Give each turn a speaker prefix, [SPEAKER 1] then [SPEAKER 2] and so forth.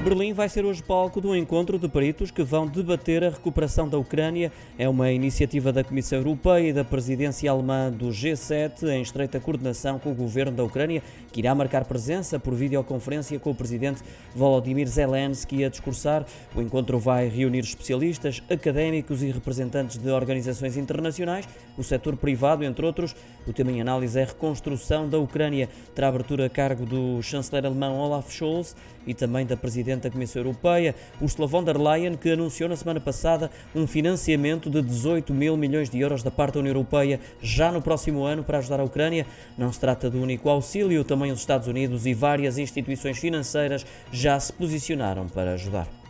[SPEAKER 1] Berlim vai ser hoje palco do encontro de peritos que vão debater a recuperação da Ucrânia. É uma iniciativa da Comissão Europeia e da presidência alemã do G7, em estreita coordenação com o governo da Ucrânia, que irá marcar presença por videoconferência com o presidente Volodymyr Zelensky a discursar. O encontro vai reunir especialistas, académicos e representantes de organizações internacionais, o setor privado, entre outros. O tema em análise é a reconstrução da Ucrânia. Terá abertura a cargo do chanceler alemão Olaf Scholz e também da presidente da Comissão Europeia, Ursula von der Leyen, que anunciou na semana passada um financiamento de 18 mil milhões de euros da parte da União Europeia já no próximo ano para ajudar a Ucrânia. Não se trata do único auxílio, também os Estados Unidos e várias instituições financeiras já se posicionaram para ajudar.